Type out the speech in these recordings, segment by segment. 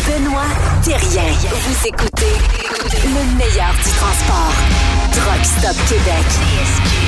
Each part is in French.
Benoît Thérien. Vous écoutez le meilleur du transport. Truck Stop Québec.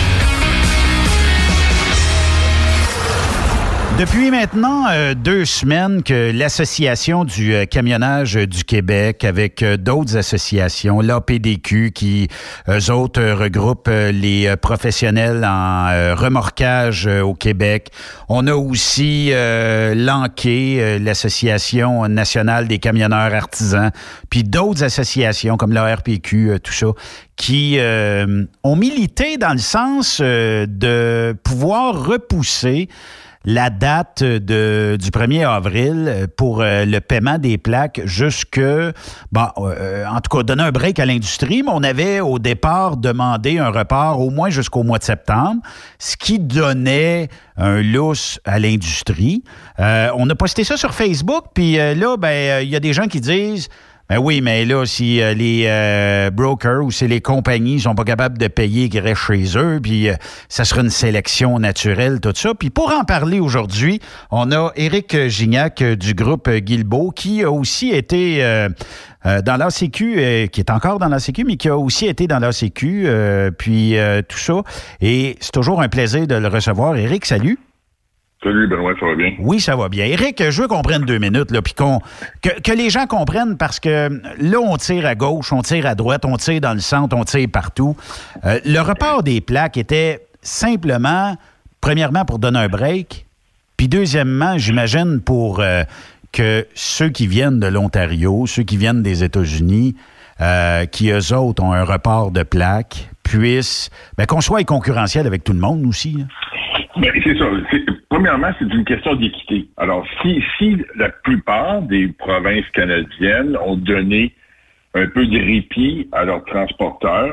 Depuis maintenant 2 semaines que l'Association du camionnage du Québec, avec d'autres associations, l'APDQ, qui, eux autres, regroupent les professionnels en remorquage au Québec. On a aussi l'ANQUE, l'Association nationale des camionneurs artisans, puis d'autres associations comme l'ARPQ, tout ça, qui ont milité dans le sens de pouvoir repousser la date du 1er avril pour le paiement des plaques jusque, en tout cas, donner un break à l'industrie, mais on avait au départ demandé un report au moins jusqu'au mois de septembre, ce qui donnait un lousse à l'industrie. On a posté ça sur Facebook, puis là, il y a des gens qui disent... Ben oui, mais là, si les brokers ou si les compagnies sont pas capables de payer, qu'ils restent chez eux, puis ça sera une sélection naturelle, tout ça. Puis pour en parler aujourd'hui, on a Éric Gignac du groupe Guilbeault, qui a aussi été dans l'ACQ, qui est encore dans l'ACQ, mais qui a aussi été dans l'ACQ, puis tout ça. Et c'est toujours un plaisir de le recevoir. Éric, salut. Salut, Benoît, ça va bien? Oui, ça va bien. Éric, je veux qu'on prenne 2 minutes, là, puis que les gens comprennent, parce que là, on tire à gauche, on tire à droite, on tire dans le centre, on tire partout. Le report des plaques était simplement, premièrement, pour donner un break, puis deuxièmement, j'imagine, pour que ceux qui viennent de l'Ontario, ceux qui viennent des États-Unis, qui, eux autres, ont un report de plaques, puissent, qu'on soit concurrentiel avec tout le monde aussi. Ben, c'est ça. Premièrement, c'est une question d'équité. Alors, si la plupart des provinces canadiennes ont donné un peu de répit à leurs transporteurs,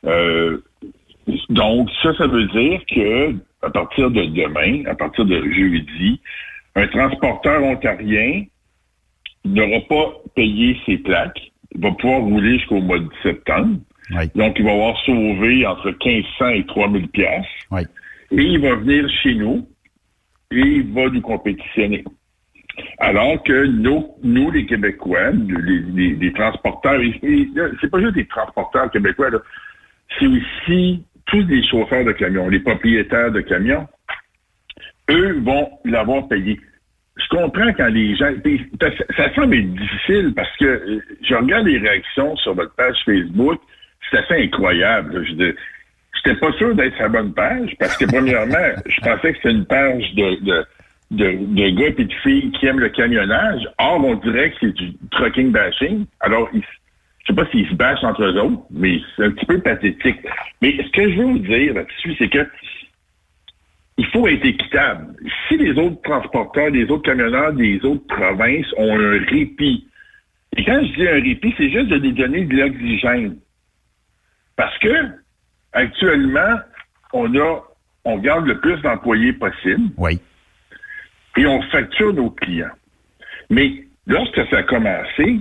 donc ça veut dire que à partir de demain, à partir de jeudi, un transporteur ontarien n'aura pas payé ses plaques. Il va pouvoir rouler jusqu'au mois de septembre. Oui. Donc, il va avoir sauvé entre 1500 et 3000 piastres. Oui. Et il va venir chez nous et il va nous compétitionner. Alors que nous les Québécois, les transporteurs, c'est pas juste des transporteurs québécois, là, c'est aussi tous les chauffeurs de camions, les propriétaires de camions, eux vont l'avoir payé. Je comprends quand les gens... Ça semble être difficile parce que je regarde les réactions sur votre page Facebook, c'est assez incroyable. Là, j'étais pas sûr d'être sur la bonne page parce que, premièrement, je pensais que c'était une page de gars et de filles qui aiment le camionnage. Or, on dirait que c'est du trucking bashing. Alors, je sais pas s'ils se bâchent entre eux autres, mais c'est un petit peu pathétique. Mais ce que je veux vous dire là-dessus, c'est que il faut être équitable. Si les autres transporteurs, les autres camionneurs des autres provinces ont un répit, et quand je dis un répit, c'est juste de les donner de l'oxygène. Parce que actuellement, on garde le plus d'employés possible. Oui. Et on facture nos clients. Mais lorsque ça a commencé,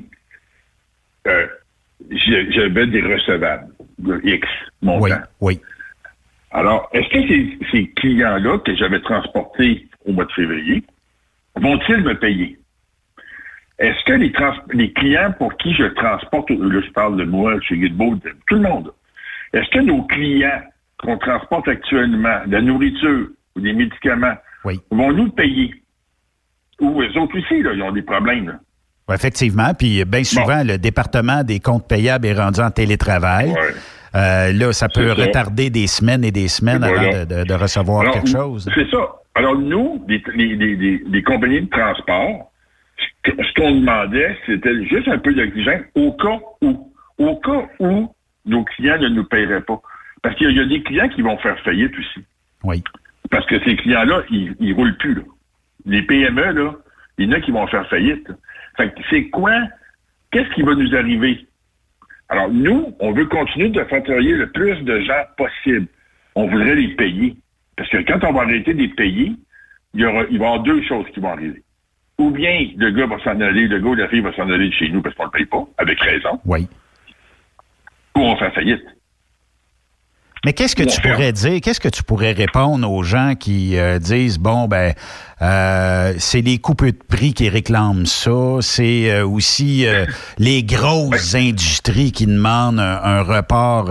j'avais des recevables de X montant. Oui, oui. Alors, est-ce que ces clients-là que j'avais transportés au mois de février vont-ils me payer? Est-ce que les clients pour qui je transporte, là je parle de moi, chez Guilbeault, de tout le monde, est-ce que nos clients qu'on transporte actuellement, de la nourriture ou des médicaments, vont nous le payer? Ou eux autres aussi, là, ils ont des problèmes. Là. Oui, effectivement. Puis bien souvent, le département des comptes payables est rendu en télétravail. Ouais. Là, ça peut retarder des semaines et des semaines avant de recevoir quelque chose. C'est ça. Alors, nous, les compagnies de transport, ce qu'on demandait, c'était juste un peu d'oxygène au cas où nos clients ne nous paieraient pas. Parce qu'il y a des clients qui vont faire faillite aussi. Oui. Parce que ces clients-là, ils roulent plus, là. Les PME, là, il y en a qui vont faire faillite. Là. Fait que c'est quoi? Qu'est-ce qui va nous arriver? Alors, nous, on veut continuer de faire travailler le plus de gens possible. On voudrait les payer. Parce que quand on va arrêter de les payer, il va y avoir 2 choses qui vont arriver. Ou bien le gars va s'en aller, le gars ou la fille va s'en aller de chez nous parce qu'on ne le paye pas, avec raison. Oui. Ou on fait faillite. Mais qu'est-ce que tu pourrais dire, qu'est-ce que tu pourrais répondre aux gens qui disent, bon, c'est les coupes de prix qui réclament ça, c'est aussi les grosses industries qui demandent un report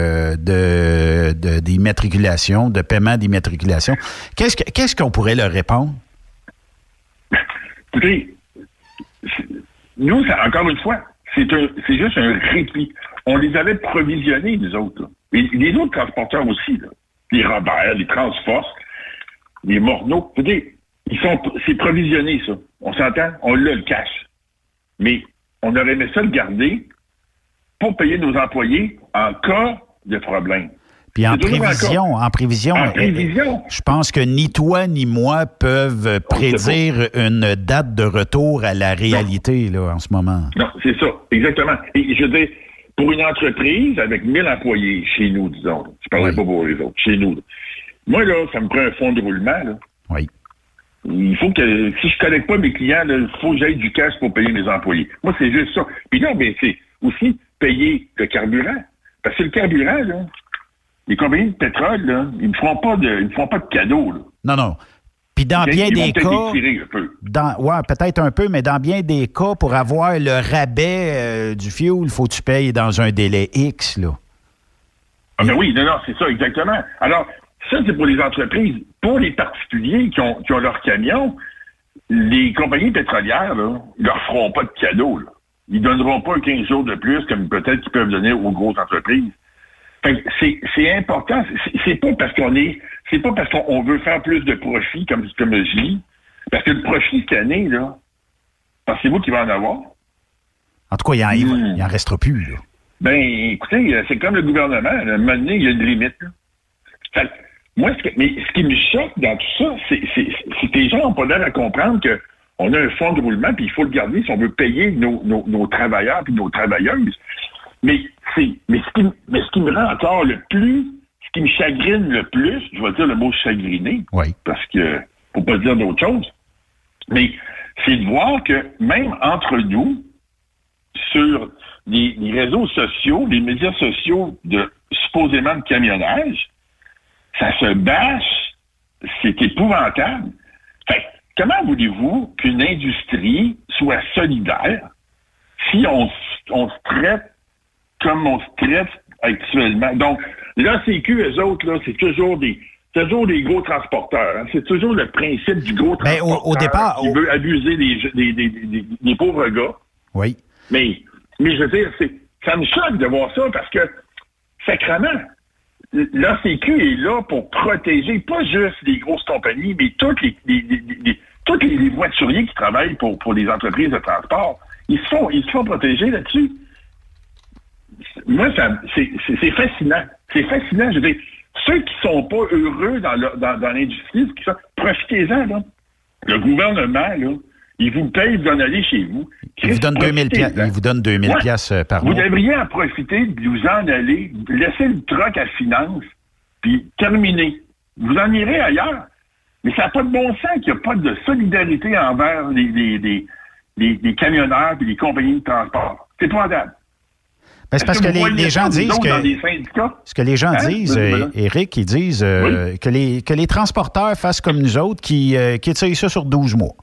des matriculations, de paiement des matriculations. Qu'est-ce qu'on pourrait leur répondre? Écoutez, nous, encore une fois, c'est juste un répit. On les avait provisionnés, les autres. Là. Et les autres transporteurs aussi, là. Les Robert, les Transforce, les Morneau. Écoutez, c'est provisionné, ça. On s'entend? On l'a le cash. Mais on aurait aimé ça le garder pour payer nos employés en cas de problème. Puis en prévision, je pense que ni toi ni moi peuvent prédire une date de retour à la réalité là, en ce moment. Non, c'est ça, exactement. Et je veux dire, pour une entreprise avec 1000 employés chez nous, disons, je ne parlerai pas pour les autres, chez nous, là. Moi, là, ça me prend un fonds de roulement. Là. Oui. Il faut que, si je ne collecte pas mes clients, il faut que j'aille du cash pour payer mes employés. Moi, c'est juste ça. Puis là, c'est aussi payer le carburant. Parce que le carburant, là, les compagnies de pétrole, là, ils ne font pas de cadeaux. Là. Non. Puis dans bien des cas... Un peu. Peut-être un peu, mais dans bien des cas, pour avoir le rabais du fuel, il faut que tu payes dans un délai X, là. Ah ben oui, non, c'est ça, exactement. Alors, ça, c'est pour les entreprises. Pour les particuliers qui ont leur camion, les compagnies pétrolières, là, ils leur feront pas de cadeaux, là. Ils donneront pas 15 jours de plus, comme peut-être qu'ils peuvent donner aux grosses entreprises. C'est important. C'est pas parce qu'on veut faire plus de profit, comme je dis. Parce que le profit cette année, là, pensez-vous qu'il va en avoir? En tout cas, il en restera plus, là. Ben, écoutez, c'est comme le gouvernement. À un moment donné, il y a une limite, là. Fait, moi, ce qui me choque dans tout ça, c'est que les gens n'ont pas l'air à comprendre qu'on a un fonds de roulement, puis il faut le garder si on veut payer nos travailleurs puis nos travailleuses. Mais ce qui me rend encore ce qui me chagrine le plus, je vais dire le mot chagriner, parce que faut pas dire d'autre chose, mais c'est de voir que même entre nous, sur les réseaux sociaux, les médias sociaux supposément de camionnage, ça se bâche, c'est épouvantable. Fait, comment voulez-vous qu'une industrie soit solidaire si on se traite comme on se traite actuellement? Donc, l'ACQ, eux autres, là, c'est toujours des gros transporteurs. Hein. C'est toujours le principe du gros transporteur au départ, qui veut abuser des pauvres gars. Oui. Mais je veux dire, ça me choque de voir ça parce que, sacrément, l'ACQ est là pour protéger pas juste les grosses compagnies, mais tous les voituriers qui travaillent pour les entreprises de transport. Ils se font protéger là-dessus. Moi, c'est fascinant. C'est fascinant. Je veux dire, ceux qui sont pas heureux dans l'industrie, profitez-en, là. Le gouvernement, là, il vous paye d'en aller chez vous. Il vous donne 2000 piastres par mois. Vous devriez en profiter de vous en aller, laisser le troc à finance, puis terminer. Vous en irez ailleurs. Mais ça n'a pas de bon sens qu'il n'y a pas de solidarité envers les camionneurs et les compagnies de transport. C'est pas adapté. Ben, c'est parce que les gens disent que... Ce que les gens disent, Éric, ils disent que les transporteurs fassent comme nous autres qui tirent ça sur 12 mois.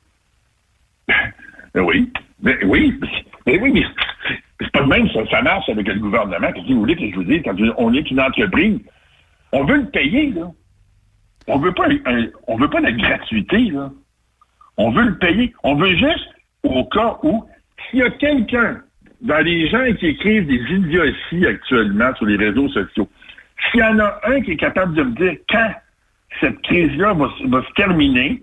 Oui. Mais c'est pas de même, ça marche avec le gouvernement. Qu'est-ce que vous voulez que je vous dise? Quand on est une entreprise, on veut le payer, là. On veut pas la gratuité, là. On veut le payer. On veut juste, au cas où, s'il y a quelqu'un dans les gens qui écrivent des idioties actuellement sur les réseaux sociaux, s'il y en a un qui est capable de me dire quand cette crise-là va se terminer,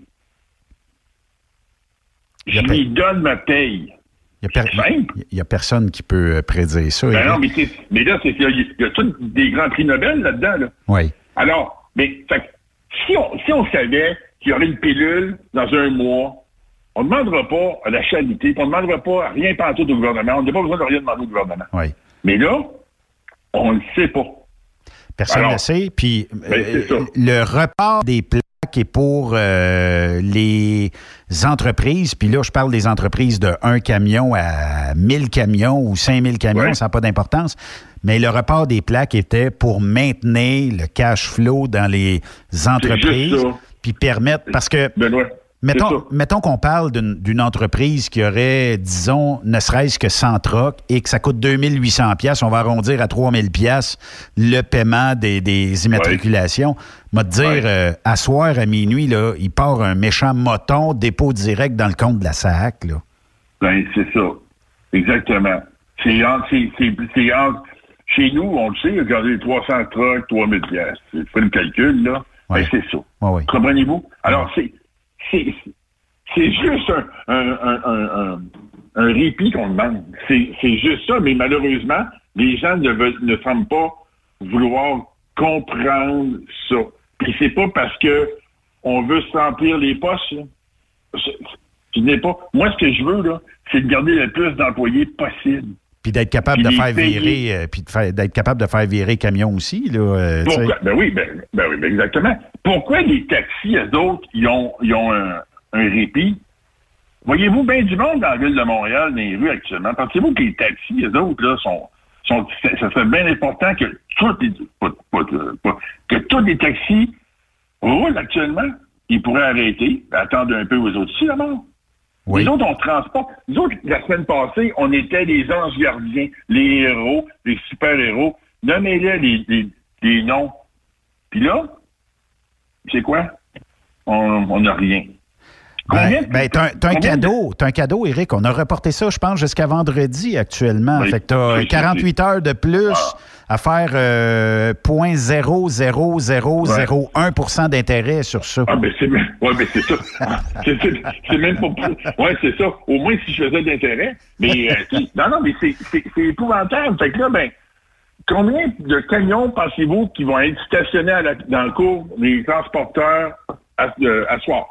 je lui donne ma paye. Il n'y a personne qui peut prédire ça. Ben non, mais là, il y a tous des grands prix Nobel là-dedans. Là. Oui. Alors, si on savait qu'il y aurait une pilule dans un mois, on ne demandera pas à la charité, on ne demandera pas à rien partout au gouvernement. On n'a pas besoin de rien demander au gouvernement. Oui. Mais là, on ne le sait pas. Personne ne le sait. Puis le report des plaques est pour les entreprises. Puis là, je parle des entreprises de 1 camion à 1000 camions ou 5000 camions. Ça n'a pas d'importance. mais le report des plaques était pour maintenir le cash flow dans les entreprises, puis permettre, parce que... Benoît, mettons qu'on parle d'une entreprise qui aurait, disons, ne serait-ce que 100 trucks et que ça coûte 2800 $, on va arrondir à 3000 $ le paiement des immatriculations. M'a te dire, à soir, à minuit, là, il part un méchant moton, dépôt direct dans le compte de la SAC. Là. Ben, c'est ça. Exactement. C'est chez nous, on le sait, regardez, 300 trucks, 3000 $. Tu fais le calcul, là. Ouais. Ben, c'est ça. Ouais. Comprenez-vous? Alors, c'est juste un répit qu'on demande. C'est juste ça, mais malheureusement, les gens ne semblent pas vouloir comprendre ça. Puis c'est pas parce que on veut se remplir les poches. Je n'ai pas. Moi, ce que je veux, là, c'est de garder le plus d'employés possible. Puis d'être capable de faire virer, d'être capable de faire virer camion aussi, là. Pourquoi? Ben oui, exactement. Pourquoi les taxis, eux autres, ils ont un répit? Voyez-vous bien du monde dans la ville de Montréal, dans les rues actuellement? Pensez-vous que les taxis, eux autres, là, ça serait bien important que tous les taxis roulent actuellement. Ils pourraient arrêter, attendre un peu aux autres ici, d'abord. Oui. Les autres, on transporte. Nous autres, la semaine passée, on était les anges gardiens, les héros, les super-héros. Nommez-les les noms. Puis là, c'est quoi? On n'a rien. T'as un cadeau, Éric. On a reporté ça, je pense, jusqu'à vendredi actuellement. Oui, fait que t'as 48 heures de plus à faire 0.00001% d'intérêt sur ça. Ah, ben c'est ça. c'est même pas... Ouais, c'est ça. Au moins, si je faisais d'intérêt. Mais, non, mais c'est épouvantable. Fait que là, combien de camions pensez-vous qui vont être stationnés dans le cours des transporteurs à soir?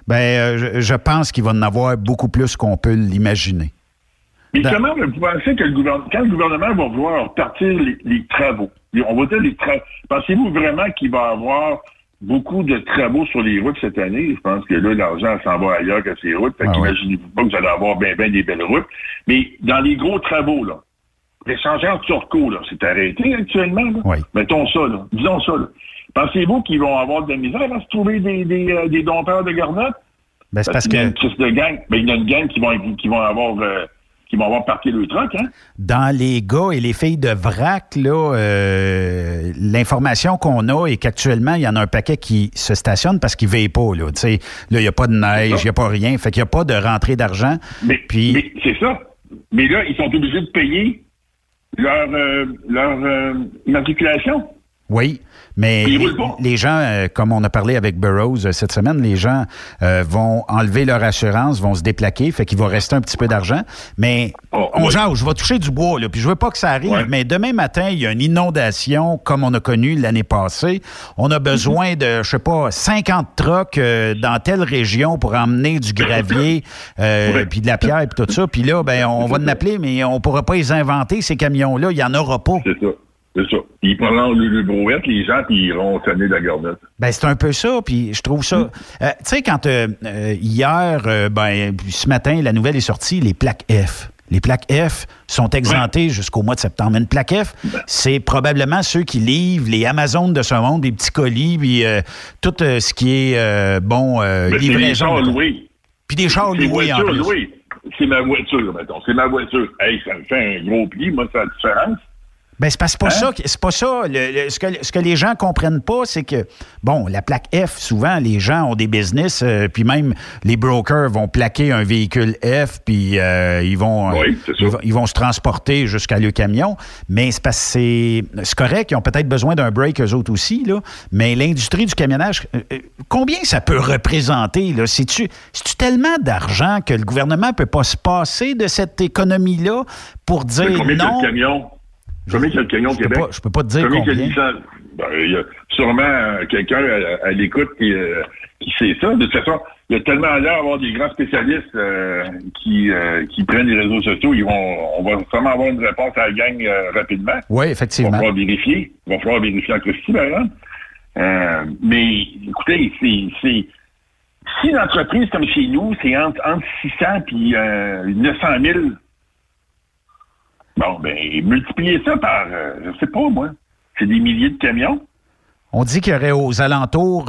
Je pense qu'il va en avoir beaucoup plus qu'on peut l'imaginer. Mais comment vous pensez que quand le gouvernement va vouloir partir les travaux, on va dire les travaux, pensez-vous vraiment qu'il va y avoir beaucoup de travaux sur les routes cette année? Je pense que là, l'argent s'en va ailleurs que ces routes. Fait qu'imaginez-vous pas que vous allez avoir bien des belles routes. Mais dans les gros travaux, là, l'échangeur Turco, là, c'est arrêté actuellement. Là. Oui. Mettons ça, là. Disons ça, là. Pensez-vous qu'ils vont avoir de la misère à se trouver des dompteurs de garnottes? C'est parce que... Il y a une gang qui vont avoir parqué le truck, hein? Dans les gars et les filles de vrac, là, l'information qu'on a est qu'actuellement, il y en a un paquet qui se stationne parce qu'il ne veille pas, là. Tu sais, là, il n'y a pas de neige, il n'y a pas rien. Fait qu'il n'y a pas de rentrée d'argent. Mais c'est ça. Mais là, ils sont obligés de payer leur immatriculation. Oui, mais les gens, comme on a parlé avec Burroughs cette semaine, les gens vont enlever leur assurance, vont se déplaquer, fait qu'il va rester un petit peu d'argent. Mais je vais toucher du bois, là, puis je veux pas que ça arrive, mais demain matin, il y a une inondation comme on a connu l'année passée. On a besoin de, 50 trucks dans telle région pour emmener du gravier, puis de la pierre, puis tout ça. Puis là, on va en appeler, mais on pourra pas les inventer, ces camions-là. Il y en aura pas. C'est ça. C'est ça. Ils prendront le brouette, les gens, puis ils iront sonner la garnette. C'est un peu ça, puis je trouve ça... Tu sais, quand hier, ce matin, la nouvelle est sortie, les plaques F. Les plaques F sont exemptées jusqu'au mois de septembre. Une plaque F, c'est probablement ceux qui livrent les Amazones de ce monde, des petits colis, puis tout ce qui est, livraison. Puis des chars loués en plus. Oui, c'est ma voiture, mettons. C'est ma voiture. Hey, ça me fait un gros pli, moi, ça a la différence. C'est pas ça. C'est pas ça. Ce que les gens comprennent pas, c'est que, la plaque F, souvent, les gens ont des business, puis même les brokers vont plaquer un véhicule F, puis ils vont se transporter jusqu'à le camion. Mais c'est parce que c'est correct, ils ont peut-être besoin d'un break, eux autres aussi, là. Mais l'industrie du camionnage, combien ça peut représenter, là? C'est-tu tellement d'argent que le gouvernement peut pas se passer de cette économie-là pour dire non? Combien il y a de camions au Québec? Je peux pas te dire combien. Il y a sûrement quelqu'un à l'écoute qui sait ça. De toute façon, il y a tellement l'air d'avoir des grands spécialistes qui prennent les réseaux sociaux. On va vraiment avoir une réponse à la gang rapidement. Oui, effectivement. Il va falloir vérifier. Il va falloir vérifier en Christie, par exemple. Mais écoutez, si une entreprise comme chez nous, c'est entre 600 et 900 000 Bon, ben, multipliez ça par, je sais pas, moi, c'est des milliers de camions. On dit qu'il y aurait aux alentours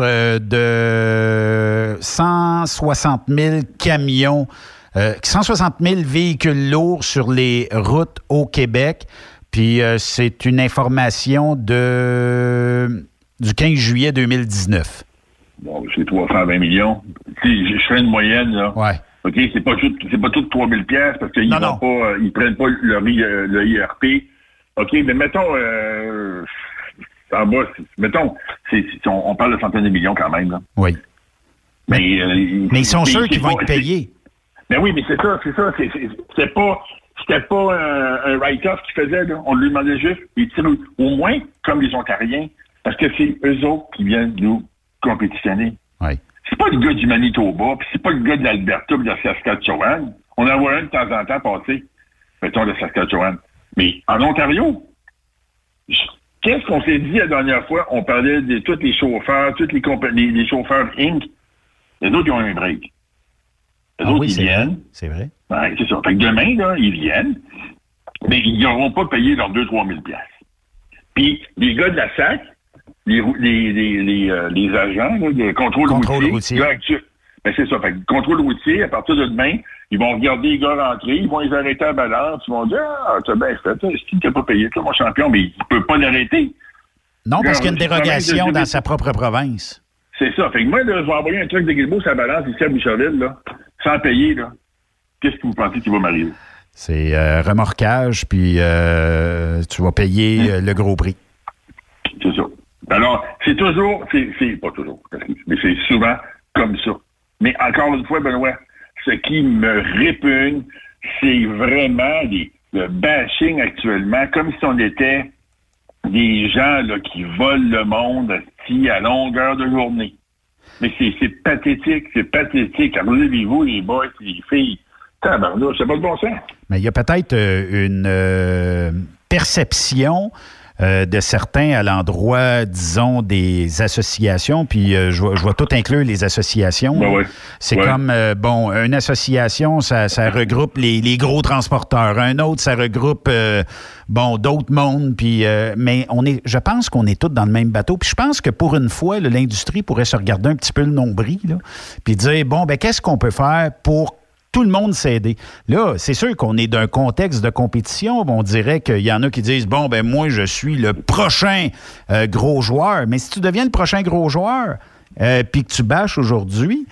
de 160 000 camions, 160 000 véhicules lourds sur les routes au Québec. Puis c'est une information du 15 juillet 2019. Bon, c'est 320 millions. Si je fais une moyenne, là. Ouais. OK, c'est pas tout 3 000 piastres parce qu'ils ils prennent pas le IRP. OK, mais mettons, en bas, mettons, on parle de centaines de millions quand même, là. Oui. Mais ils sont sûrs qu'ils vont être payés. Mais oui, mais c'est ça. C'était pas un write-off qu'ils faisaient, là. On lui demandait juste, ils tirent au moins comme les Ontariens, parce que c'est eux autres qui viennent nous compétitionner. Oui. C'est pas le gars du Manitoba, puis c'est pas le gars de l'Alberta ou de la Saskatchewan. On en voit un de temps en temps passer, mettons, de Saskatchewan. Mais en Ontario, qu'est-ce qu'on s'est dit la dernière fois? On parlait de tous les chauffeurs, toutes les compagnies, les chauffeurs Inc. Les autres, ils ont un break. Les autres, ils viennent. C'est vrai. Ouais, c'est ça. Fait que demain, là, ils viennent, mais ils n'auront pas payé leurs 2-3 000 $. Puis, les gars de la SAC, les agents là, de contrôle routier. Ben c'est ça. Fait que contrôle routier, à partir de demain, ils vont regarder les gars rentrer, ils vont les arrêter à balance, ils vont dire « Ah, t'as bien fait, est-ce qu'il t'a pas payé, toi, mon champion? » Mais il peut pas l'arrêter. Non, parce qu'il y a une dérogation dans sa propre province. C'est ça. Fait que moi, là, je vais envoyer un truc de Guilbeault sur la balance ici à Boucherville, là, sans payer, là. Qu'est-ce que vous pensez qui va m'arriver? C'est remorquage, puis tu vas payer le gros prix. C'est ça. Alors, c'est toujours, c'est pas toujours, mais c'est souvent comme ça. Mais encore une fois, Benoît, ce qui me répugne, c'est vraiment le bashing actuellement, comme si on était des gens là, qui volent le monde à longueur de journée. Mais c'est pathétique, c'est pathétique. Regardez-vous, les boys, les filles. Tabarnouche, c'est pas le bon sens. Mais il y a peut-être une perception de certains à l'endroit, disons, des associations, puis je vais tout inclure les associations. Ben ouais. C'est comme, une association, ça regroupe les gros transporteurs. Un autre, ça regroupe, d'autres mondes, puis mais je pense qu'on est tous dans le même bateau. Puis je pense que pour une fois, là, l'industrie pourrait se regarder un petit peu le nombril, là, puis dire, qu'est-ce qu'on peut faire pour tout le monde s'aider. Là, c'est sûr qu'on est d'un contexte de compétition. On dirait qu'il y en a qui disent, moi, je suis le prochain gros joueur. Mais si tu deviens le prochain gros joueur, puis que tu bâches aujourd'hui,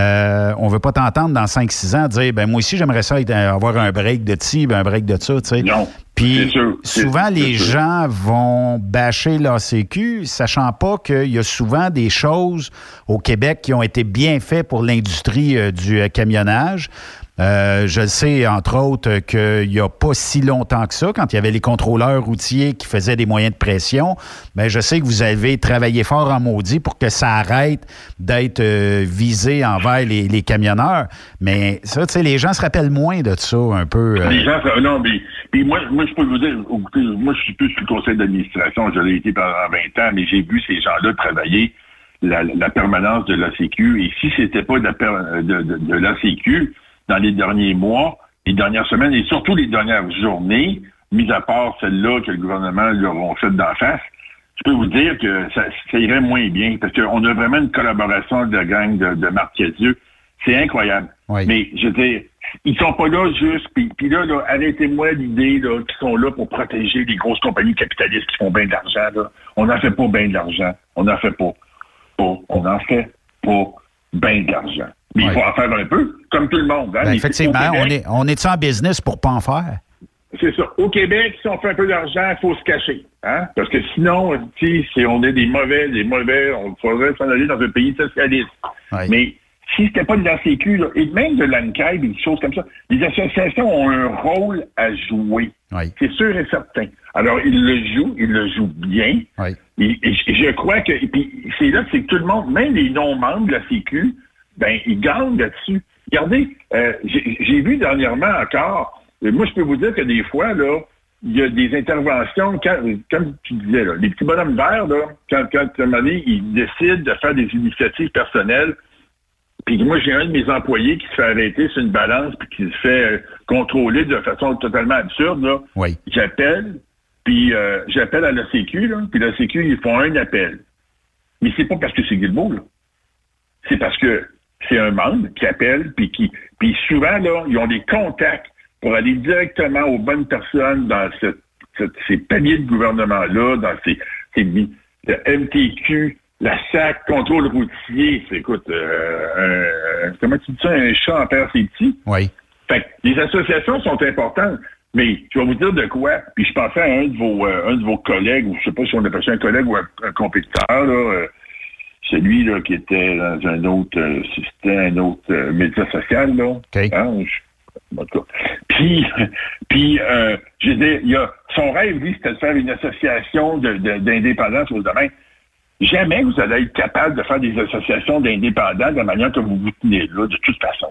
on veut pas t'entendre dans 5-6 ans dire, moi aussi, j'aimerais ça avoir un break de ci, un break de ça, tu sais. Non. Puis souvent, les gens vont bâcher l'ACQ, sachant pas qu'il y a souvent des choses au Québec qui ont été bien faites pour l'industrie du camionnage. Je sais, entre autres, qu'il n'y a pas si longtemps que ça, quand il y avait les contrôleurs routiers qui faisaient des moyens de pression, je sais que vous avez travaillé fort en maudit pour que ça arrête d'être visé envers les camionneurs. Mais ça, tu sais, les gens se rappellent moins de ça un peu. Les gens, non, mais puis moi, je peux vous dire, moi, je suis plus sur le conseil d'administration, je l'ai été pendant 20 ans, mais j'ai vu ces gens-là travailler la permanence de l'ACQ. Et si c'était pas de l'ACQ, dans les derniers mois, les dernières semaines et surtout les dernières journées, mis à part celle-là que le gouvernement leur a fait d'en face, je peux vous dire que ça irait moins bien parce qu'on a vraiment une collaboration de la gang de Marc Cadieux. C'est incroyable. Oui. Mais je veux dire, ils sont pas là juste, puis là, arrêtez-moi l'idée là, qu'ils sont là pour protéger les grosses compagnies capitalistes qui font bien de l'argent. Là. On n'en fait pas bien de l'argent. On n'en fait pas. On n'en fait pas bien de l'argent. Mais il faut en faire un peu, comme tout le monde. Hein? Effectivement, on est en business pour pas en faire? C'est ça. Au Québec, si on fait un peu d'argent, il faut se cacher. Hein? Parce que sinon, si on est des mauvais, on faudrait s'en aller dans un pays socialiste. Oui. Mais si c'était pas de la Sécu, là, et même de l'ANCAI, des choses comme ça, les associations ont un rôle à jouer. Oui. C'est sûr et certain. Alors, ils le jouent bien. Oui. Et je crois que, et puis c'est là que c'est que tout le monde, même les non-membres de la Sécu, ils gagnent là-dessus. Regardez, j'ai vu dernièrement encore, moi je peux vous dire que des fois, là, il y a des interventions, comme tu disais, là, les petits bonhommes verts, là, quand à un moment donné, ils décident de faire des initiatives personnelles Puis moi, j'ai un de mes employés qui se fait arrêter sur une balance puis qui se fait contrôler de façon totalement absurde, là. Oui. J'appelle, puis j'appelle à la Sécu, là, puis la Sécu, ils font un appel. Mais c'est pas parce que c'est Guilbeault, là. C'est parce que c'est un membre qui appelle, puis souvent, là, ils ont des contacts pour aller directement aux bonnes personnes dans ces paliers de gouvernement-là, dans ces le MTQ, la SAC, contrôle routier. Écoute, comment tu dis ça, un chat en perd ses petits? Oui. Fait que les associations sont importantes. Mais je vais vous dire de quoi. Puis je pensais à un de vos collègues, ou je sais pas si on appelle ça un collègue ou un compétiteur, là, celui là qui était dans un autre média social, là. Okay. Hein, en tout cas. Puis je veux dire, son rêve, lui, c'était de faire une association d'indépendance au domaine. Jamais vous allez être capable de faire des associations d'indépendants de la manière que vous vous tenez là, de toute façon.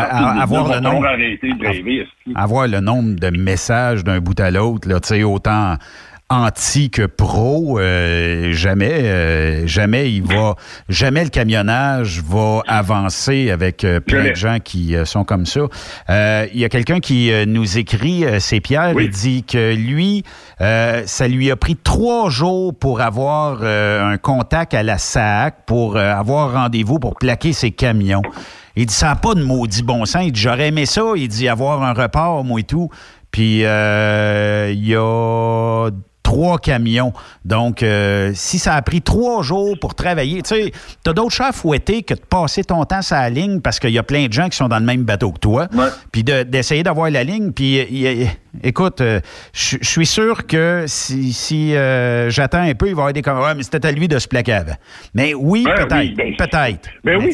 Avoir le nombre de messages d'un bout à l'autre, là, tu sais, autant anti que pro, jamais le camionnage va avancer avec plein de gens qui sont comme ça. Il y a quelqu'un qui nous écrit, c'est Pierre, oui. Il dit que lui, ça lui a pris 3 jours pour avoir un contact à la SAC, pour avoir rendez-vous pour plaquer ses camions. Il dit, ça n'a pas de maudit bon sens. Il dit, j'aurais aimé ça. Il dit, avoir un report, moi et tout. Puis, il y a 3 camions. Donc, si ça a pris 3 jours pour travailler, tu sais, t'as d'autres chats à fouetter que de passer ton temps sur la ligne parce qu'il y a plein de gens qui sont dans le même bateau que toi. Ouais. Puis d'essayer d'avoir la ligne. Puis, écoute, je suis sûr que si j'attends un peu, il va y avoir des commentaires. Ouais, mais c'était à lui de se plaquer avant. Mais oui, peut-être.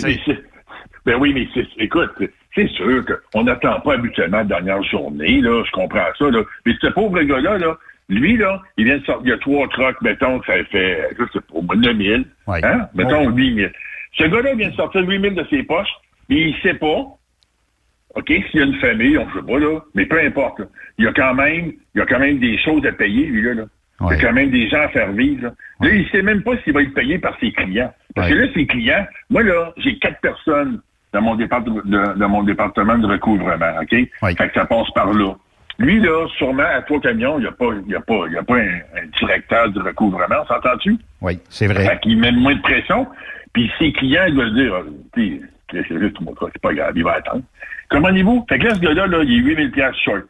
Mais écoute, c'est sûr qu'on n'attend pas habituellement la dernière journée, là, je comprends ça, là. Mais ce pauvre gars-là, là, lui, là, il vient de sortir, il y a 3 trucks, mettons, ça fait, je sais pas, 9 000, oui. Hein? Mettons 8 000. Ce gars-là vient de sortir 8 000 de ses poches, mais il sait pas, OK, s'il y a une famille, on ne sait pas, là, mais peu importe, là. Il y a quand même des choses à payer, lui, là. Oui. Il y a quand même des gens à faire vivre, là. Oui. Là, il sait même pas s'il va être payé par ses clients. Parce que là, ses clients, moi, là, j'ai 4 personnes dans mon département de recouvrement, OK? Oui. Fait que ça passe par là. Lui, là, sûrement, à 3 camions, il n'y a pas un directeur de recouvrement, s'entend-tu? Oui, c'est vrai. Fait qu'il met moins de pression, puis ses clients, ils veulent dire, c'est juste mon cas, c'est pas grave, il va attendre. Commandez-vous? Fait que là, ce gars-là, là, il est 8 000 $ short.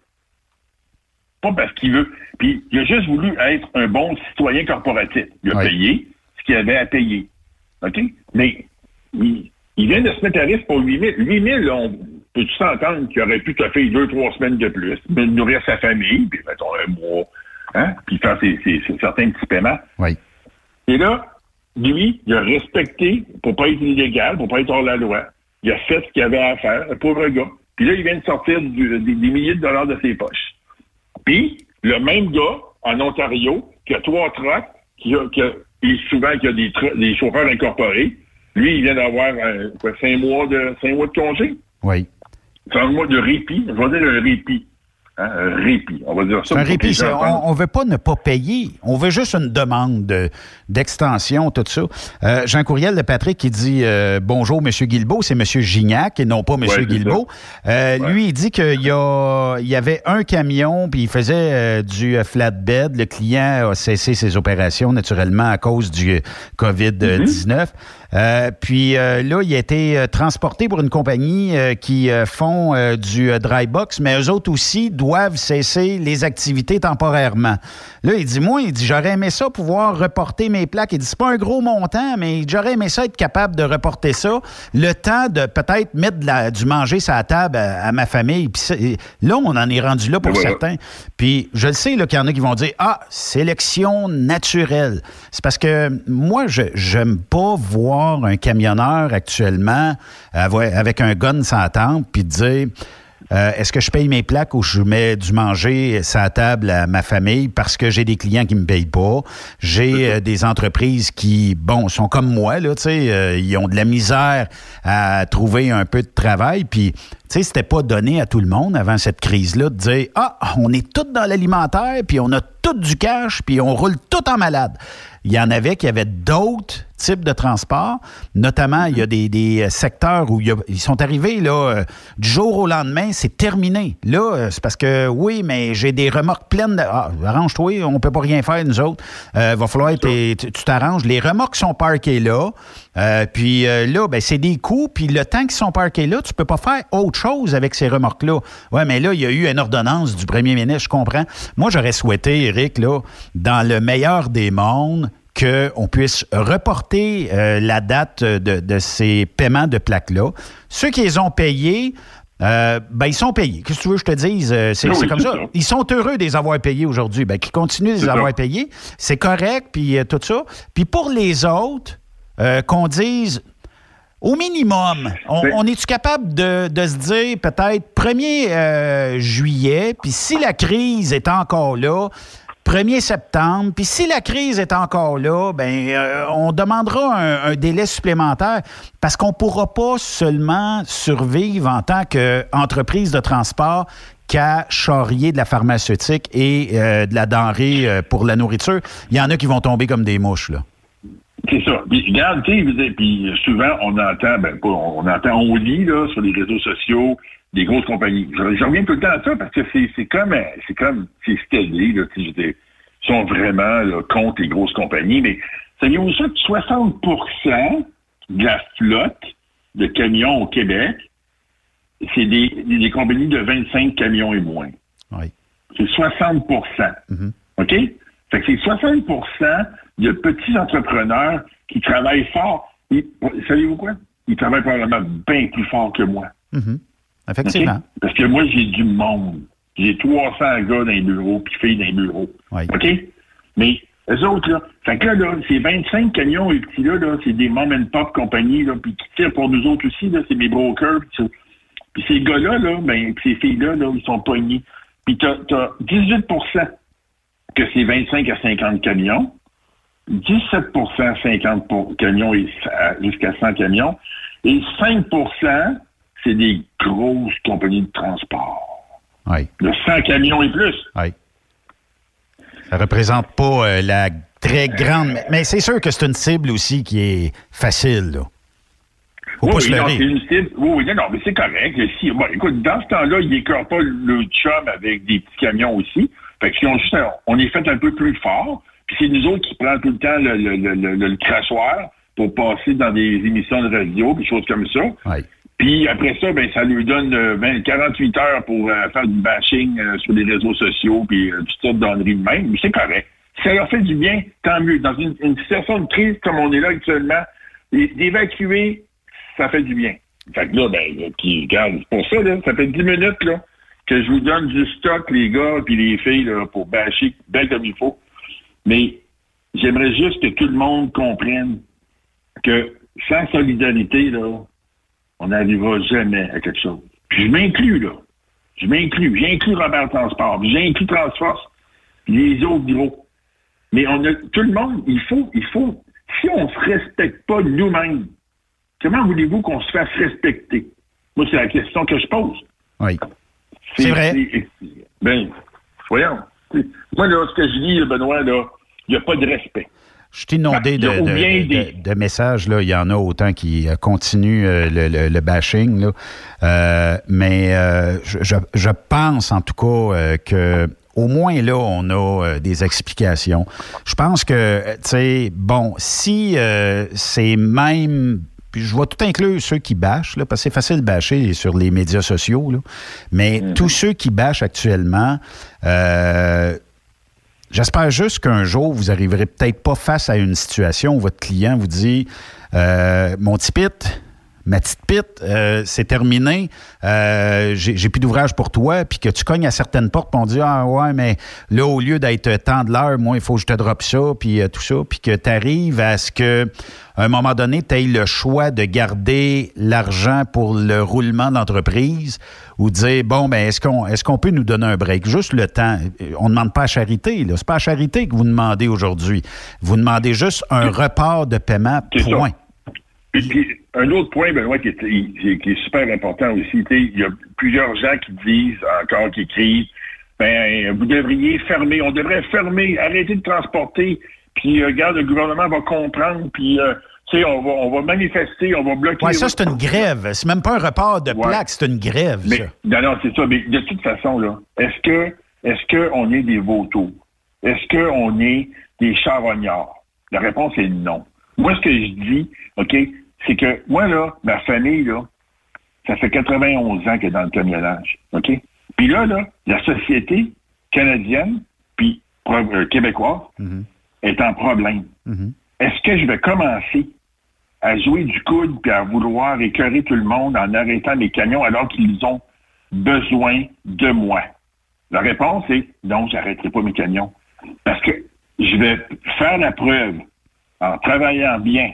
Pas parce qu'il veut. Puis, il a juste voulu être un bon citoyen corporatif. Il a payé ce qu'il avait à payer. OK? Mais, il vient de se mettre à risque pour 8 000. 8 000, là, on peut-tu s'entendre qu'il aurait pu te faire 2-3 semaines de plus, nourrir sa famille, puis mettons un mois, hein, puis faire certains petits paiements. Oui. Et là, lui, il a respecté, pour pas être illégal, pour pas être hors la loi, il a fait ce qu'il avait à faire, un pauvre gars. Puis là, il vient de sortir des milliers de dollars de ses poches. Puis, le même gars, en Ontario, qui a 3 trucks, qui a des chauffeurs incorporés, lui, il vient d'avoir 5 mois de congé. Oui. 5 mois de répit. Je vais dire un répit. Hein, un répit. On va dire ça. Un répit, on ne veut pas ne pas payer. On veut juste une demande d'extension, tout ça. J'ai un courriel de Patrick qui dit bonjour, M. Guilbeault. C'est M. Gignac et non pas M. Guilbeault. Lui, il dit qu'il y avait un camion puis il faisait du flatbed. Le client a cessé ses opérations, naturellement, à cause du COVID-19. Puis là, il a été transporté pour une compagnie qui font du dry box, mais eux autres aussi doivent cesser les activités temporairement. Là, il dit, j'aurais aimé ça pouvoir reporter mes plaques. Il dit, c'est pas un gros montant, mais j'aurais aimé ça être capable de reporter ça. Le temps de peut-être mettre du manger sur la table à ma famille. Puis là, on en est rendu là pour certains. Puis je le sais là, qu'il y en a qui vont dire, sélection naturelle. C'est parce que moi, j'aime pas voir un camionneur actuellement avec un gun sur la tempe puis dire est-ce que je paye mes plaques ou je mets du manger sur la table à ma famille parce que j'ai des clients qui me payent pas. J'ai des entreprises qui, sont comme moi, là, tu sais, ils ont de la misère à trouver un peu de travail. Puis, tu sais, c'était pas donné à tout le monde avant cette crise-là de dire « Ah, on est tous dans l'alimentaire, puis on a tout du cash, puis on roule tout en malade. » Il y en avait qui avaient d'autres types de transports. Notamment, il y a des secteurs où ils sont arrivés là, du jour au lendemain, c'est terminé. Là, c'est parce que, oui, mais j'ai des remorques pleines de... Ah, arrange-toi, on peut pas rien faire, nous autres. Va falloir que tu t'arranges. Les remorques sont parquées là. Puis là, ben, c'est des coûts. Puis le temps qu'ils sont parqués là, tu peux pas faire autre chose avec ces remorques-là. Ouais, mais là, il y a eu une ordonnance du premier ministre, je comprends. Moi, j'aurais souhaité, Éric, là, dans le meilleur des mondes, qu'on puisse reporter la date de ces paiements de plaques-là. Ceux qui les ont payés, ben ils sont payés. Qu'est-ce que tu veux que je te dise? C'est comme ça. Ils sont heureux de les avoir payés aujourd'hui. Ben, qu'ils continuent de les avoir payés. C'est correct, puis tout ça. Puis pour les autres, qu'on dise... Au minimum, on est-tu capable de se dire peut-être 1er juillet, puis si la crise est encore là, 1er septembre, puis si la crise est encore là, ben on demandera un délai supplémentaire parce qu'on ne pourra pas seulement survivre en tant qu'entreprise de transport qu'à charrier de la pharmaceutique et de la denrée pour la nourriture. Il y en a qui vont tomber comme des mouches, là. C'est ça. Puis, regarde, tu sais, puis souvent, on lit, là, sur les réseaux sociaux, des grosses compagnies. Je reviens tout le temps à ça parce que c'est stédé, là, ils sont vraiment, là, contre les grosses compagnies, mais saviez-vous ça que 60% de la flotte de camions au Québec, c'est des compagnies de 25 camions et moins. Oui. C'est 60%. Mm-hmm. OK? Fait que c'est 60% de petits entrepreneurs qui travaillent fort. Savez-vous quoi? Ils travaillent probablement bien plus fort que moi. Mm-hmm. Effectivement. Okay? Parce que moi, j'ai du monde. J'ai 300 gars dans les bureaux, puis filles dans les bureaux. Oui. OK? Mais eux autres, là, fait que là, ces 25 camions et petits-là, là, c'est des mom and pop compagnies, là, puis qui tirent pour nous autres aussi, là, c'est mes brokers. Puis ces gars-là, là, ben, ces filles-là, là, ils sont pognés. Puis t'as 18% que c'est 25 à 50 camions, 17% 50 camions et jusqu'à 100 camions, et 5%, c'est des grosses compagnies de transport. Oui. De 100 camions et plus. Oui. Ça représente pas la très grande... Mais c'est sûr que c'est une cible aussi qui est facile, là. Faut pas se leurrer. C'est une cible. Oui, non, mais c'est correct. Bon, écoute, dans ce temps-là, ils n'écœurent pas le chum avec des petits camions aussi. Fait que on est fait un peu plus fort. Puis c'est nous autres qui prennent tout le temps le crachoir pour passer dans des émissions de radio, des choses comme ça. Oui. Puis après ça, ben ça lui donne 48 heures pour faire du bashing sur les réseaux sociaux, puis toutes sortes d'enneries de même. Mais c'est correct. Si ça leur fait du bien, tant mieux. Dans une situation de crise comme on est là actuellement, d'évacuer, ça fait du bien. Fait que là, puis regarde, pour ça, là, ça fait 10 minutes là, que je vous donne du stock, les gars puis les filles, là, pour bâcher bien comme il faut. Mais j'aimerais juste que tout le monde comprenne que sans solidarité, là, on n'arrivera jamais à quelque chose. Puis je m'inclus, là. J'inclus Robert Transport, puis j'inclus Transforce, puis les autres bureaux. Mais tout le monde, il faut, si on ne se respecte pas nous-mêmes, comment voulez-vous qu'on se fasse respecter? Moi, c'est la question que je pose. Oui. C'est vrai. Voyons. Moi, là, ce que je dis, Benoît, là, il n'y a pas de respect. Je t'ai inondé de messages. Là. Il y en a autant qui continuent le bashing. Là. Mais je pense, en tout cas, que au moins, là, on a des explications. Je pense que, tu sais, bon, si c'est même... Puis je vais tout inclure ceux qui bâchent, là, parce que c'est facile de bâcher sur les médias sociaux, là. Mais tous ceux qui bâchent actuellement, j'espère juste qu'un jour, vous n'arriverez peut-être pas face à une situation où votre client vous dit « Mon petit Pit, ma petite Pit, c'est terminé, j'ai plus d'ouvrage pour toi », puis que tu cognes à certaines portes, puis on dit « Ah ouais, mais là, au lieu d'être tant de l'heure, moi, il faut que je te droppe ça, puis tout ça », puis que tu arrives à ce que à un moment donné, tu aies le choix de garder l'argent pour le roulement d'entreprise ou dire, bon, ben est-ce qu'on peut nous donner un break? Juste le temps. On ne demande pas à charité. Ce n'est pas à charité que vous demandez aujourd'hui. Vous demandez juste un report de paiement, point. Puis, un autre point, Benoît, qui est super important aussi, il y a plusieurs gens qui disent encore, qui écrivent, vous devriez fermer, on devrait fermer, arrêter de transporter, puis regarde, le gouvernement va comprendre, puis on va manifester, on va bloquer. Oui, ça, c'est une grève. C'est même pas un report de plaque, c'est une grève, ça. Non, c'est ça. Mais de toute façon, là, est-ce qu'on est des vautours? Est-ce qu'on est des charognards? La réponse est non. Moi, ce que je dis, OK, c'est que moi, là, ma famille, là, ça fait 91 ans qu'elle est dans le camionnage. OK? Puis là, la société canadienne, puis québécoise, est en problème. Est-ce que je vais commencer à jouer du coude puis à vouloir écœurer tout le monde en arrêtant mes camions alors qu'ils ont besoin de moi? La réponse est non, j'arrêterai pas mes camions. Parce que je vais faire la preuve en travaillant bien,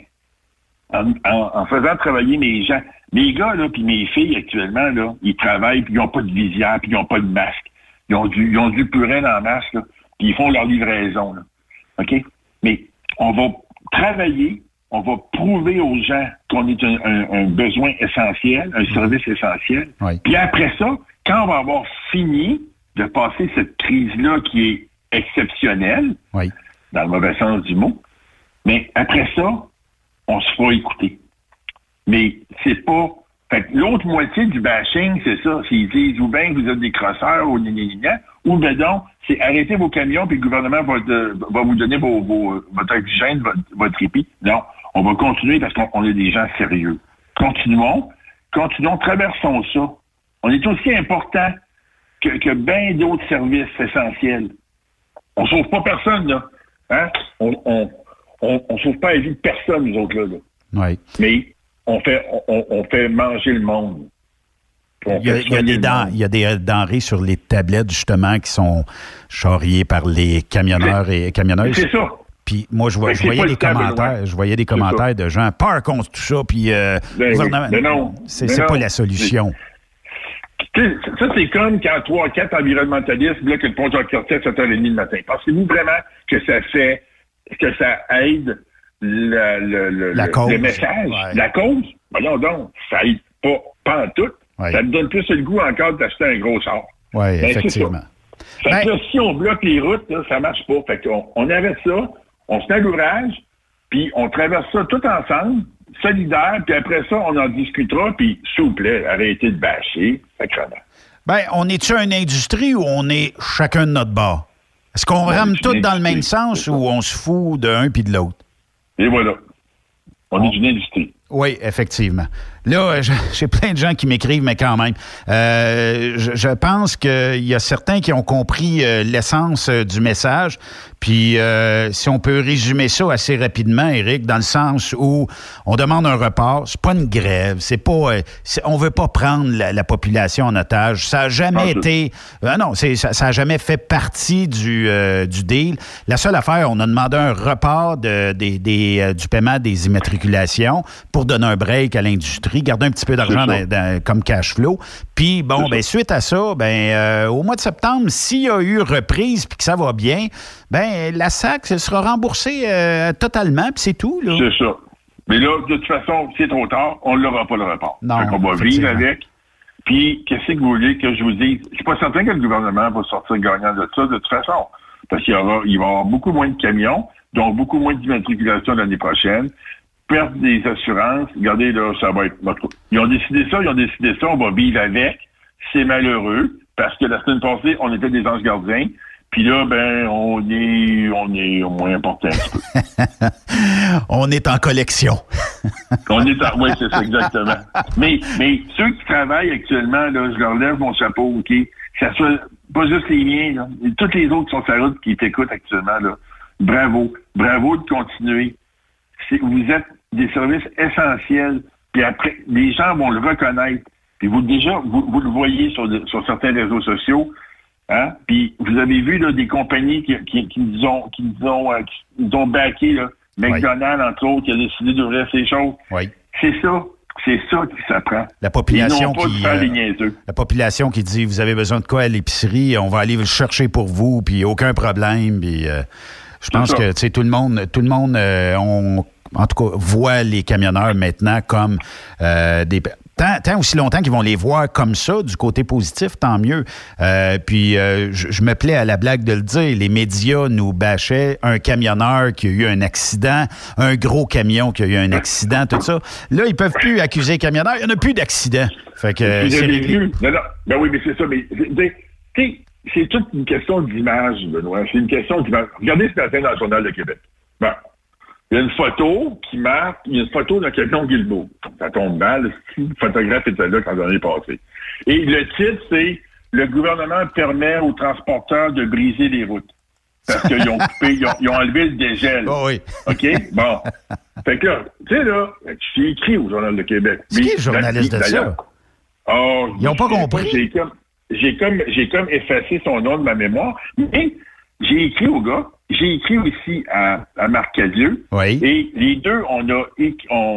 en faisant travailler mes gens. Mes gars, là, puis mes filles, actuellement, là, ils travaillent, puis ils n'ont pas de visière, puis ils n'ont pas de masque. Ils ont du purin dans la masque, là, puis ils font leur livraison, là. OK? Mais on va travailler, on va prouver aux gens qu'on est un besoin essentiel, un service essentiel. Oui. Puis après ça, quand on va avoir fini de passer cette crise-là qui est exceptionnelle, oui, dans le mauvais sens du mot, mais après ça, on se fera écouter. Mais c'est pas... Fait que l'autre moitié du bashing, c'est ça. S'ils disent ou bien que vous êtes des crosseurs ou ou ben donc, c'est arrêter vos camions puis le gouvernement va vous donner votre oxygène, votre répit. Non, on va continuer parce qu'on est des gens sérieux. Continuons, traversons ça. On est aussi important que bien d'autres services essentiels. On sauve pas personne, là. Hein? On sauve pas la vie de personne, nous autres, là. Oui. Mais on fait manger le monde. Il y a des denrées sur les tablettes, justement, qui sont charriées par les camionneurs et camionneuses. C'est ça. Puis moi, je voyais des commentaires de gens, peur contre tout ça, puis gouvernement. Mais non. C'est pas la solution. Ça, c'est comme quand 3-4 environnementalistes bloquent le pont Jacques-Cartier à 7h30 le matin. Pensez-vous vraiment que ça aide le message? Ouais. La cause? Voyons donc, ça aide pas en tout. Ouais. Ça me donne plus le goût encore d'acheter un gros char. Oui, effectivement. Fait que là, si on bloque les routes, là, ça marche pas. Fait qu'on arrête ça, on se met à l'ouvrage, puis on traverse ça tout ensemble, solidaire, puis après ça, on en discutera, puis s'il vous plaît, arrêtez de bâcher. On est-tu une industrie ou on est chacun de notre bord? Est-ce qu'on rame tout dans le même sens ou on se fout d'un puis de l'autre? Et voilà. On est une industrie. Oui, effectivement. Là, j'ai plein de gens qui m'écrivent, mais quand même. Je pense qu'il y a certains qui ont compris l'essence du message. Puis, si on peut résumer ça assez rapidement, Éric, dans le sens où on demande un report, c'est pas une grève, c'est pas, on veut pas prendre la population en otage. Ça a jamais été, ça a jamais fait partie du deal. La seule affaire, on a demandé un report du paiement des immatriculations pour donner un break à l'industrie, garder un petit peu d'argent comme cash flow. Puis, suite à ça, au mois de septembre, s'il y a eu reprise puis que ça va bien, la SAC sera remboursée totalement, puis c'est tout. Là. C'est ça. Mais là, de toute façon, c'est trop tard, on ne l'aura pas le report. Non, on va vivre avec. Puis, qu'est-ce que vous voulez que je vous dise? Je suis pas certain que le gouvernement va sortir gagnant de ça, de toute façon. Parce qu'il va y avoir beaucoup moins de camions, donc beaucoup moins d'immatriculation l'année prochaine. Perte des assurances. Regardez, là, ça va être... Ils ont décidé ça, on va vivre avec. C'est malheureux, parce que la semaine passée, on était des anges gardiens. Puis là, on est au moins important un petit peu. On est en collection. Oui, c'est ça, exactement. Mais ceux qui travaillent actuellement, là, je leur lève mon chapeau, OK? Ça soit pas juste les miens, là. Tous les autres qui sont sur la route qui t'écoutent actuellement, là. Bravo. Bravo de continuer. Vous êtes des services essentiels. Puis après, les gens vont le reconnaître. Puis vous le voyez sur certains réseaux sociaux. Hein? Puis vous avez vu là, des compagnies qui nous ont backé, là. McDonald's, entre autres, qui a décidé d'ouvrir ces choses. Oui. C'est ça qui s'apprend. La population qui dit vous avez besoin de quoi à l'épicerie, on va aller le chercher pour vous, puis aucun problème. Puis je pense que tout le monde en tout cas, voient les camionneurs maintenant comme des... Tant aussi longtemps qu'ils vont les voir comme ça, du côté positif, tant mieux. Puis, je me plais à la blague de le dire, les médias nous bâchaient un camionneur qui a eu un accident, un gros camion qui a eu un accident, tout ça. Là, ils peuvent plus accuser les camionneurs, il n'y en a plus d'accident. Fait que c'est réglé. Non, ben oui, mais c'est ça. Mais, c'est toute une question d'image, Benoît. C'est une question d'image. Regardez ce matin dans le Journal de Québec. Bon. Il y a une photo qui marque, il y a une photo d'un camion Guilbeault. Ça tombe mal, le photographe était là quand on est passé. Et le titre, c'est « Le gouvernement permet aux transporteurs de briser les routes ». Parce qu'ils ont coupé, ils ont enlevé le dégel. Oh oui. OK? Bon. Fait que là, tu sais, là, tu es écrit au Journal de Québec. C'est qui le journaliste de ça? Oh, ils n'ont pas compris. J'ai comme effacé son nom de ma mémoire. Mais j'ai écrit au gars. J'ai écrit aussi à Marc Cadieux. Oui. Et les deux, on a eu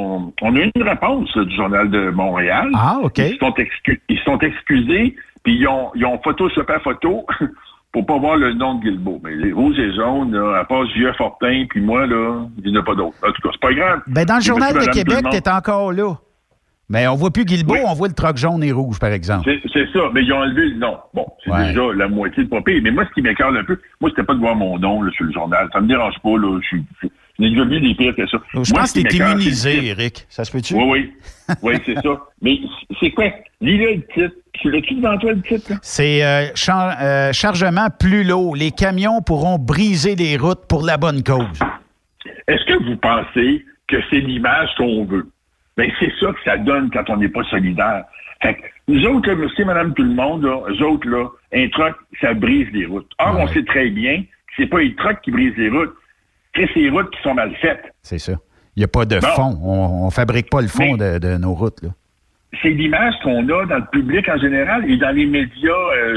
une réponse du Journal de Montréal. Ah, OK. Ils sont excusés, puis ils ont photoshopé la photo pour pas voir le nom de Guilbeault. Mais les rouges et jaunes, là, à part J.E. Fortin, puis moi, là, il n'y en a pas d'autres. En tout cas, c'est pas grave. Ben, dans le Journal de Québec, t'es encore là. Mais on voit plus Guilbeault, on voit le truck jaune et rouge, par exemple. C'est ça, mais ils ont enlevé le nom. Bon, c'est déjà la moitié de pas pire. Mais moi, ce qui m'écarte un peu, moi, c'était pas de voir mon nom là, sur le journal. Ça me dérange pas, là. Je n'ai déjà vu des pires que ça. Je pense que t'es immunisé, Éric. Ça se peut-tu? Oui. Oui, c'est ça. Mais c'est quoi? Lis-le le titre. Tu l'as-tu devant toi, le titre? Là? C'est chargement plus lourd. Les camions pourront briser les routes pour la bonne cause. Est-ce que vous pensez que c'est l'image qu'on veut? Ben, c'est ça que ça donne quand on n'est pas solidaire. Fait que nous autres, là, monsieur, madame, tout le monde, là, eux autres, là, un truck, ça brise les routes. Or, on sait très bien que c'est pas les trucks qui brisent les routes, c'est ces routes qui sont mal faites. C'est ça. Il n'y a pas de fond. On fabrique pas le fond de nos routes, là. C'est l'image qu'on a dans le public en général et dans les médias,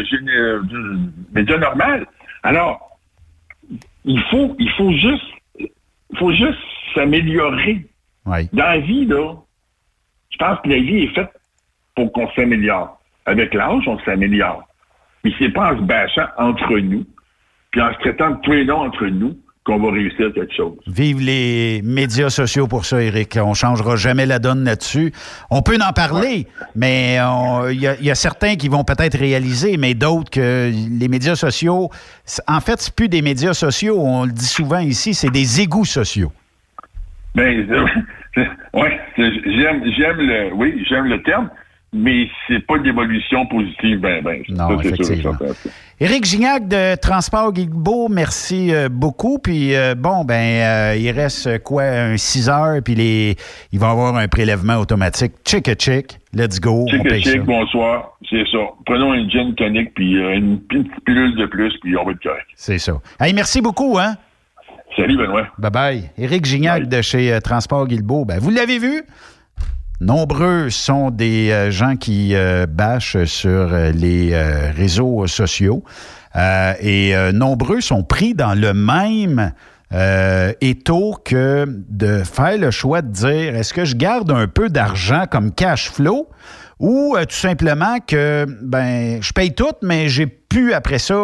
médias normaux. Alors, il faut juste s'améliorer. Oui. Dans la vie, là, je pense que la vie est faite pour qu'on s'améliore. Avec l'âge, on s'améliore. Puis c'est pas en se bâchant entre nous, puis en se traitant de tous les noms entre nous, qu'on va réussir quelque chose. Vive les médias sociaux pour ça, Éric. On changera jamais la donne là-dessus. On peut en parler, mais il y a certains qui vont peut-être réaliser, mais d'autres que les médias sociaux, en fait, c'est plus des médias sociaux, on le dit souvent ici, c'est des égouts sociaux. Ben, ouais, j'aime le terme, mais c'est pas une évolution positive, non, ça, effectivement. Éric Gignac de Transport Guilbeault, merci beaucoup. Puis il reste un 6 heures, puis il va y avoir un prélèvement automatique. Chick, let's go. Chick, bonsoir. C'est ça. Prenons une gin tonic, puis une petite pilule de plus, puis on va être correct. C'est ça. Hey, merci beaucoup, hein? Salut, Benoît. Bye-bye. Éric Gignac de chez Transport Guilbeault. Ben, vous l'avez vu? Nombreux sont des gens qui bâchent sur les réseaux sociaux et nombreux sont pris dans le même étau que de faire le choix de dire est-ce que je garde un peu d'argent comme cash flow ou tout simplement que je paye tout, mais j'ai plus après ça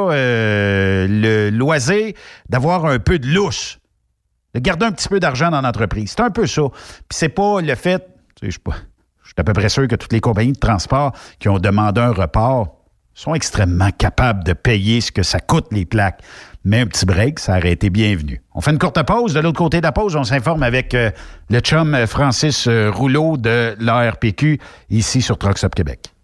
le loisir d'avoir un peu de lousse, de garder un petit peu d'argent dans l'entreprise. C'est un peu ça. Puis c'est pas le fait, je suis à peu près sûr que toutes les compagnies de transport qui ont demandé un report sont extrêmement capables de payer ce que ça coûte les plaques. Mais un petit break, ça aurait été bienvenu. On fait une courte pause. De l'autre côté de la pause, on s'informe avec le chum Francis Rouleau de l'ARPQ ici sur Truck Stop Québec.